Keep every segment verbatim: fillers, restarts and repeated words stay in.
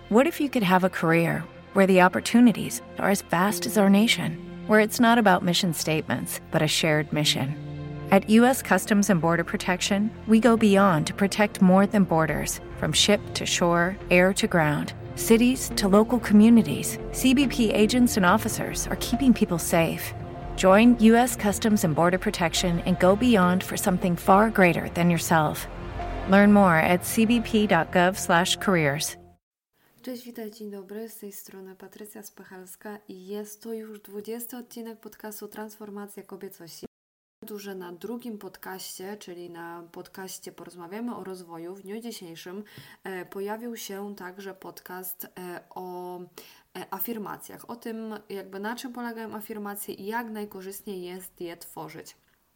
What if you could have a career where the opportunities are as vast as our nation, where it's not about mission statements, but a shared mission? At U S Customs and Border Protection, we go beyond to protect more than borders. From ship to shore, air to ground, cities to local communities, C B P agents and officers are keeping people safe. Join U S Customs and Border Protection and go beyond for something far greater than yourself. Learn more at c b p dot gov slash careers. Cześć, witaj, dzień dobry, z tej strony Patrycja Spychalska i jest to już dwudziesty odcinek podcastu Transformacja Kobiecości. Że na drugim podcaście, czyli na podcaście Porozmawiamy o rozwoju, w dniu dzisiejszym e, pojawił się także podcast e, o e, afirmacjach, o tym jakby na czym polegają afirmacje i jak najkorzystniej jest je tworzyć.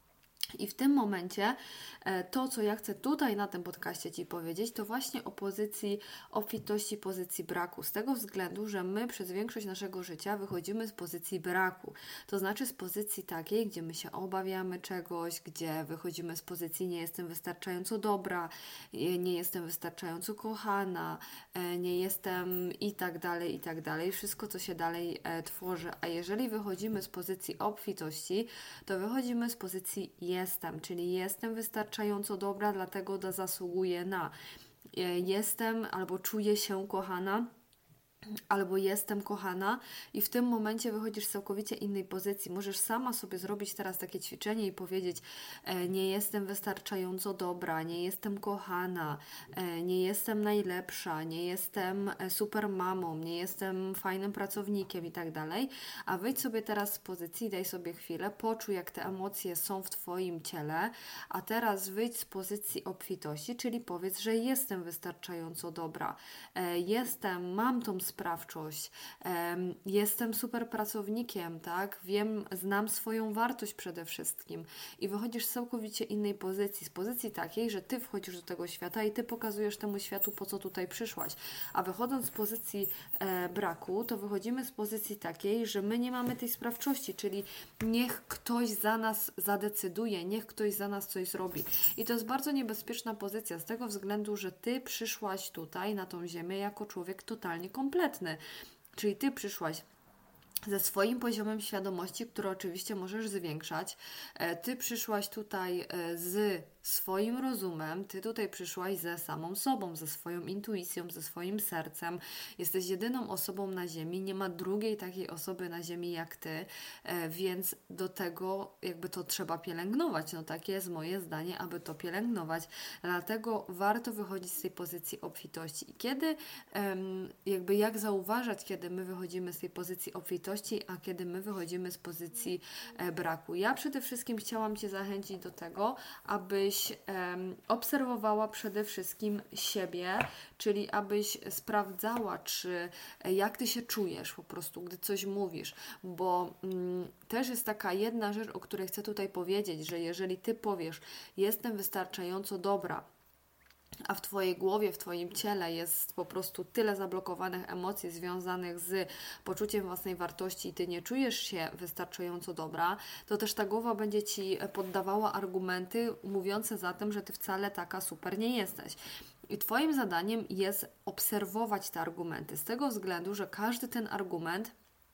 I w tym momencie to, co ja chcę tutaj na tym podcaście Ci powiedzieć, to właśnie o pozycji obfitości, pozycji braku. Z tego względu, że my przez większość naszego życia wychodzimy z pozycji braku. To znaczy z pozycji takiej, gdzie my się obawiamy czegoś, gdzie wychodzimy z pozycji nie jestem wystarczająco dobra, nie jestem wystarczająco kochana, nie jestem i tak dalej, i tak dalej. Wszystko, co się dalej tworzy. A jeżeli wychodzimy z pozycji obfitości, to wychodzimy z pozycji jestem, czyli jestem wystarczająco dobra, dlatego da zasługuję na. Jestem albo czuję się kochana, albo jestem kochana i w tym momencie wychodzisz z całkowicie innej pozycji. Możesz sama sobie zrobić teraz takie ćwiczenie i powiedzieć e, nie jestem wystarczająco dobra, nie jestem kochana, e, nie jestem najlepsza, nie jestem super mamą, nie jestem fajnym pracownikiem i tak dalej, a wyjdź sobie teraz z pozycji, daj sobie chwilę, poczuj jak te emocje są w Twoim ciele, a teraz wyjdź z pozycji obfitości, czyli powiedz, że jestem wystarczająco dobra, e, jestem, mam tą sprawczość, um, jestem super pracownikiem, tak? Wiem, znam swoją wartość przede wszystkim i wychodzisz z całkowicie innej pozycji, z pozycji takiej, że Ty wchodzisz do tego świata i Ty pokazujesz temu światu, po co tutaj przyszłaś, a wychodząc z pozycji e, braku, to wychodzimy z pozycji takiej, że my nie mamy tej sprawczości, czyli niech ktoś za nas zadecyduje, niech ktoś za nas coś zrobi i to jest bardzo niebezpieczna pozycja z tego względu, że Ty przyszłaś tutaj na tą ziemię jako człowiek totalnie kompletny. Czyli Ty przyszłaś ze swoim poziomem świadomości, który oczywiście możesz zwiększać. Ty przyszłaś tutaj z swoim rozumem, Ty tutaj przyszłaś ze samą sobą, ze swoją intuicją, ze swoim sercem. Jesteś jedyną osobą na ziemi, nie ma drugiej takiej osoby na ziemi jak Ty, więc do tego jakby to trzeba pielęgnować. No takie jest moje zdanie, aby to pielęgnować. Dlatego warto wychodzić z tej pozycji obfitości. I kiedy, jakby jak zauważać, kiedy my wychodzimy z tej pozycji obfitości, a kiedy my wychodzimy z pozycji braku. Ja przede wszystkim chciałam Cię zachęcić do tego, abyś um, obserwowała przede wszystkim siebie, czyli abyś sprawdzała, czy jak Ty się czujesz po prostu, gdy coś mówisz, bo um, też jest taka jedna rzecz, o której chcę tutaj powiedzieć, że jeżeli Ty powiesz, jestem wystarczająco dobra, a w Twojej głowie, w Twoim ciele jest po prostu tyle zablokowanych emocji związanych z poczuciem własnej wartości i Ty nie czujesz się wystarczająco dobra, to też ta głowa będzie Ci poddawała argumenty mówiące za tym, że Ty wcale taka super nie jesteś. I Twoim zadaniem jest obserwować te argumenty z tego względu, że każdy ten argument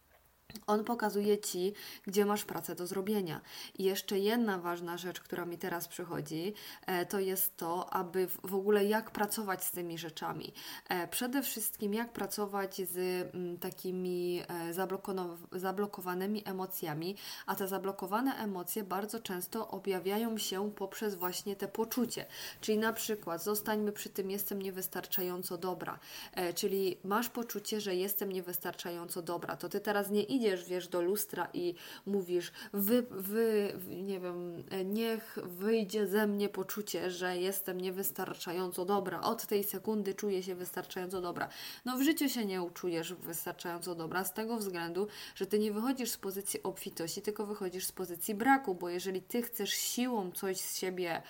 on pokazuje Ci, gdzie masz pracę do zrobienia. I jeszcze jedna ważna rzecz, która mi teraz przychodzi, e, to jest to, aby w, w ogóle jak pracować z tymi rzeczami. E, przede wszystkim jak pracować z m, takimi e, zabloko- zablokowanymi emocjami, a te zablokowane emocje bardzo często objawiają się poprzez właśnie te poczucie. Czyli na przykład zostańmy przy tym, jestem niewystarczająco dobra, e, czyli masz poczucie, że jestem niewystarczająco dobra, to Ty teraz nie idziesz idziesz, wiesz, do lustra i mówisz, wy, wy, nie wiem, niech wyjdzie ze mnie poczucie, że jestem niewystarczająco dobra. Od tej sekundy czuję się wystarczająco dobra. No w życiu się nie uczujesz wystarczająco dobra z tego względu, że Ty nie wychodzisz z pozycji obfitości, tylko wychodzisz z pozycji braku, bo jeżeli Ty chcesz siłą coś z siebie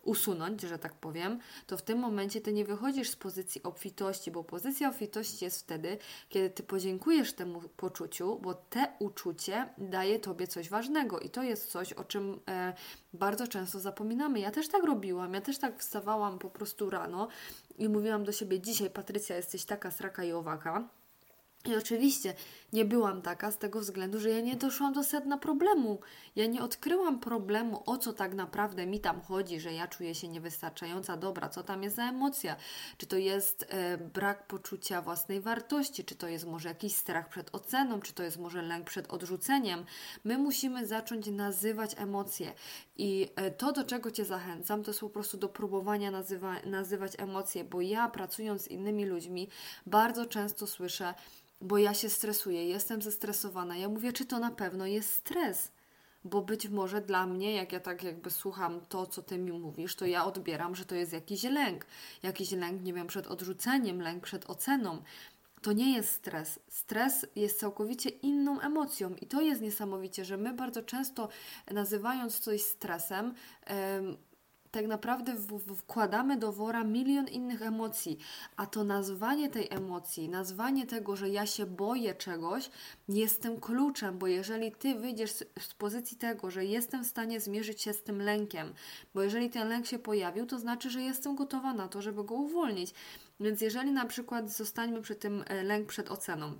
usunąć, że tak powiem, to w tym momencie Ty nie wychodzisz z pozycji obfitości, bo pozycja obfitości jest wtedy, kiedy Ty podziękujesz temu poczuciu, bo te uczucie daje Tobie coś ważnego i to jest coś, o czym e, bardzo często zapominamy. Ja też tak robiłam, ja też tak wstawałam po prostu rano i mówiłam do siebie, dzisiaj Patrycja, jesteś taka sraka i owaka. I oczywiście nie byłam taka z tego względu, że ja nie doszłam do sedna problemu. Ja nie odkryłam problemu, o co tak naprawdę mi tam chodzi, że ja czuję się niewystarczająca dobra, co tam jest za emocja. Czy to jest e, brak poczucia własnej wartości, czy to jest może jakiś strach przed oceną, czy to jest może lęk przed odrzuceniem. My musimy zacząć nazywać emocje. I e, to, do czego Cię zachęcam, to jest po prostu do próbowania nazywa, nazywać emocje, bo ja pracując z innymi ludźmi bardzo często słyszę, bo ja się stresuję, jestem zestresowana. Ja mówię, czy to na pewno jest stres? Bo być może dla mnie, jak ja tak jakby słucham to, co Ty mi mówisz, to ja odbieram, że to jest jakiś lęk. Jakiś lęk, nie wiem, przed odrzuceniem, lęk przed oceną. To nie jest stres. Stres jest całkowicie inną emocją i to jest niesamowicie, że my bardzo często nazywając coś stresem, yy, tak naprawdę w- wkładamy do wora milion innych emocji, a to nazwanie tej emocji, nazwanie tego, że ja się boję czegoś, jest tym kluczem, bo jeżeli Ty wyjdziesz z, z pozycji tego, że jestem w stanie zmierzyć się z tym lękiem, bo jeżeli ten lęk się pojawił, to znaczy, że jestem gotowa na to, żeby go uwolnić. Więc jeżeli na przykład zostańmy przy tym e, lęk przed oceną,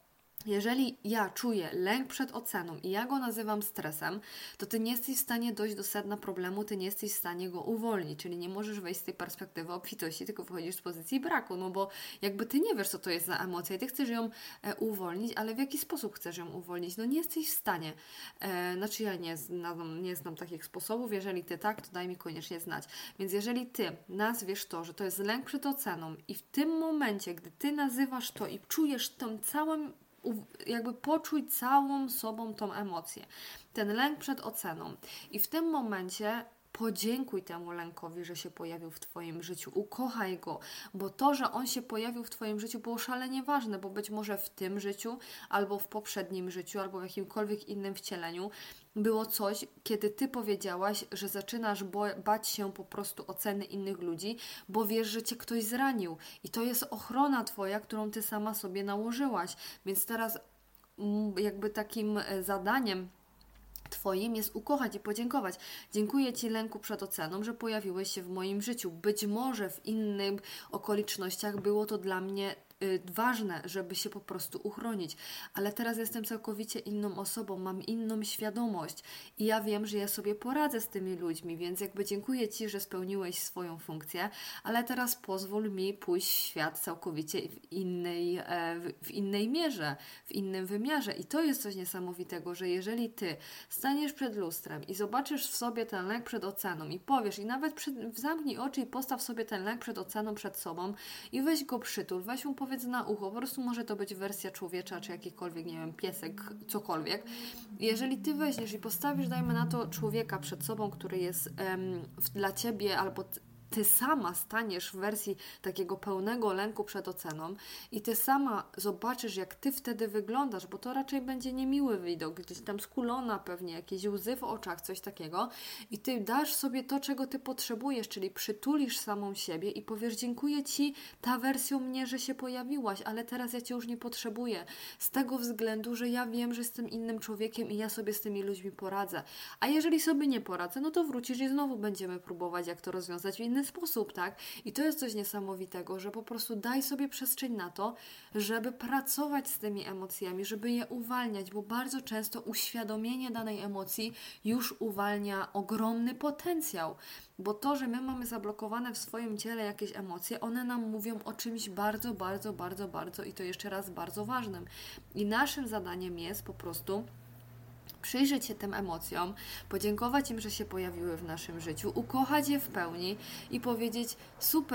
jeżeli ja czuję lęk przed oceną i ja go nazywam stresem, to Ty nie jesteś w stanie dojść do sedna problemu, Ty nie jesteś w stanie go uwolnić, czyli nie możesz wejść z tej perspektywy obfitości, tylko wychodzisz z pozycji braku, no bo jakby Ty nie wiesz, co to jest za emocja i Ty chcesz ją e, uwolnić, ale w jaki sposób chcesz ją uwolnić? No nie jesteś w stanie. E, znaczy ja nie znam, nie znam takich sposobów, jeżeli Ty tak, to daj mi koniecznie znać. Więc jeżeli Ty nazwiesz to, że to jest lęk przed oceną i w tym momencie, gdy Ty nazywasz to i czujesz tą całą jakby poczuć całą sobą tą emocję, ten lęk przed oceną i w tym momencie podziękuj temu lękowi, że się pojawił w Twoim życiu, ukochaj go, bo to, że on się pojawił w Twoim życiu było szalenie ważne, bo być może w tym życiu, albo w poprzednim życiu, albo w jakimkolwiek innym wcieleniu było coś, kiedy Ty powiedziałaś, że zaczynasz bo- bać się po prostu oceny innych ludzi, bo wiesz, że Cię ktoś zranił i to jest ochrona Twoja, którą Ty sama sobie nałożyłaś, więc teraz mm, jakby takim e, zadaniem Twoim jest ukochać i podziękować. Dziękuję Ci, lęku przed oceną, że pojawiłeś się w moim życiu. Być może w innych okolicznościach było to dla mnie y, ważne, żeby się po prostu uchronić, ale teraz jestem całkowicie inną osobą, mam inną świadomość i ja wiem, że ja sobie poradzę z tymi ludźmi, więc jakby dziękuję Ci, że spełniłeś swoją funkcję, ale teraz pozwól mi pójść w świat całkowicie w innej, e, w, w innej mierze, w innym wymiarze i to jest coś niesamowitego, że jeżeli Ty staniesz przed lustrem i zobaczysz w sobie ten lęk przed oceną i powiesz i nawet przed, zamknij oczy i postaw sobie ten lęk przed oceną przed sobą i weź go przytul, weź mu powiedz na ucho, po prostu może to być wersja człowiecza, czy jakikolwiek, nie wiem, piesek, cokolwiek. Jeżeli Ty weźmiesz i postawisz, dajmy na to, człowieka przed sobą, który jest em, dla Ciebie albo Ty sama staniesz w wersji takiego pełnego lęku przed oceną i Ty sama zobaczysz, jak Ty wtedy wyglądasz, bo to raczej będzie niemiły widok, gdzieś tam skulona pewnie, jakieś łzy w oczach, coś takiego i Ty dasz sobie to, czego Ty potrzebujesz, czyli przytulisz samą siebie i powiesz, dziękuję Ci, ta wersja mnie, że się pojawiłaś, ale teraz ja Cię już nie potrzebuję, z tego względu, że ja wiem, że jestem innym człowiekiem i ja sobie z tymi ludźmi poradzę, a jeżeli sobie nie poradzę, no to wrócisz i znowu będziemy próbować, jak to rozwiązać w inny sposób, tak? I to jest coś niesamowitego, że po prostu daj sobie przestrzeń na to, żeby pracować z tymi emocjami, żeby je uwalniać, bo bardzo często uświadomienie danej emocji już uwalnia ogromny potencjał, bo to, że my mamy zablokowane w swoim ciele jakieś emocje, one nam mówią o czymś bardzo, bardzo, bardzo, bardzo i to jeszcze raz bardzo ważnym. I naszym zadaniem jest po prostu przyjrzeć się tym emocjom, podziękować im, że się pojawiły w naszym życiu, ukochać je w pełni i powiedzieć, super,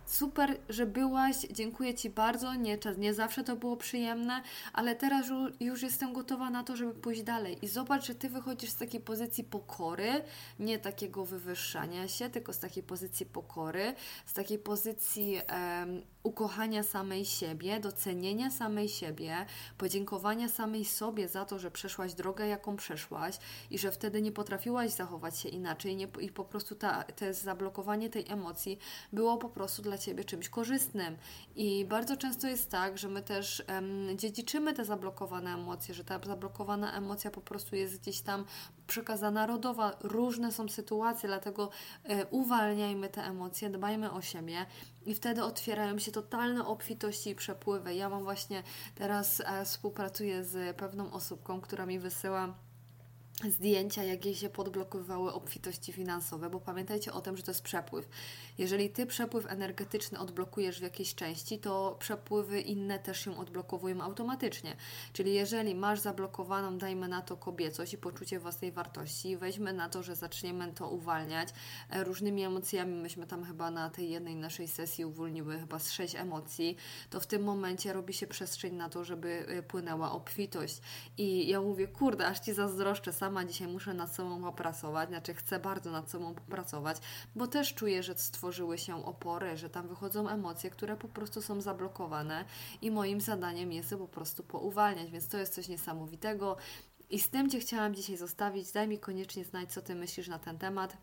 Super, że byłaś, dziękuję Ci bardzo, nie, nie zawsze to było przyjemne, ale teraz już jestem gotowa na to, żeby pójść dalej. I zobacz, że Ty wychodzisz z takiej pozycji pokory, nie takiego wywyższania się, tylko z takiej pozycji pokory, z takiej pozycji um, ukochania samej siebie, docenienia samej siebie, podziękowania samej sobie za to, że przeszłaś drogę, jaką przeszłaś i że wtedy nie potrafiłaś zachować się inaczej nie, i po prostu ta, to zablokowanie tej emocji było po prostu dla Ciebie czymś korzystnym. I bardzo często jest tak, że my też um, dziedziczymy te zablokowane emocje, że ta zablokowana emocja po prostu jest gdzieś tam przekaza narodowa. Różne są sytuacje, dlatego e, uwalniajmy te emocje, dbajmy o siebie i wtedy otwierają się totalne obfitości i przepływy. Ja mam właśnie teraz e, współpracuję z pewną osobką, która mi wysyła zdjęcia, jak jej się podblokowywały obfitości finansowe, bo pamiętajcie o tym, że to jest przepływ. Jeżeli Ty przepływ energetyczny odblokujesz w jakiejś części, to przepływy inne też się odblokowują automatycznie. Czyli jeżeli masz zablokowaną, dajmy na to kobiecość i poczucie własnej wartości, weźmy na to, że zaczniemy to uwalniać e, różnymi emocjami, myśmy tam chyba na tej jednej naszej sesji uwolniły chyba z sześć emocji, to w tym momencie robi się przestrzeń na to, żeby e, płynęła obfitość. I ja mówię, kurde, aż Ci zazdroszczę, sama dzisiaj muszę nad sobą popracować, znaczy chcę bardzo nad sobą popracować, bo też czuję, że stworzyły się opory, że tam wychodzą emocje, które po prostu są zablokowane i moim zadaniem jest je po prostu pouwalniać, więc to jest coś niesamowitego i z tym Cię chciałam dzisiaj zostawić. Daj mi koniecznie znać, co Ty myślisz na ten temat.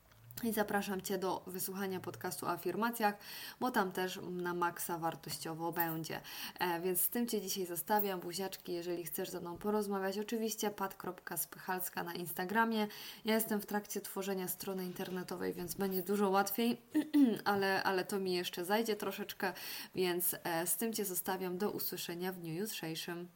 I zapraszam Cię do wysłuchania podcastu o afirmacjach, bo tam też na maksa wartościowo będzie. E, więc z tym Cię dzisiaj zostawiam, buziaczki, jeżeli chcesz ze mną porozmawiać, oczywiście pat kropka spychalska na Instagramie. Ja jestem w trakcie tworzenia strony internetowej, więc będzie dużo łatwiej, ale, ale to mi jeszcze zajdzie troszeczkę, więc e, z tym Cię zostawiam. Do usłyszenia w dniu jutrzejszym.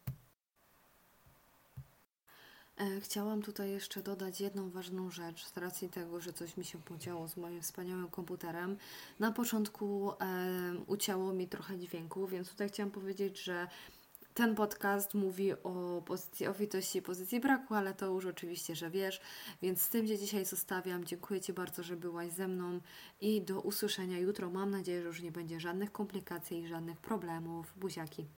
Chciałam tutaj jeszcze dodać jedną ważną rzecz, z racji tego, że coś mi się podziało z moim wspaniałym komputerem. Na początku e, ucięło mi trochę dźwięku, więc tutaj chciałam powiedzieć, że ten podcast mówi o pozycji obfitości i pozycji braku, ale to już oczywiście, że wiesz, więc z tym Cię dzisiaj zostawiam. Dziękuję Ci bardzo, że byłaś ze mną i do usłyszenia jutro. Mam nadzieję, że już nie będzie żadnych komplikacji i żadnych problemów. Buziaki.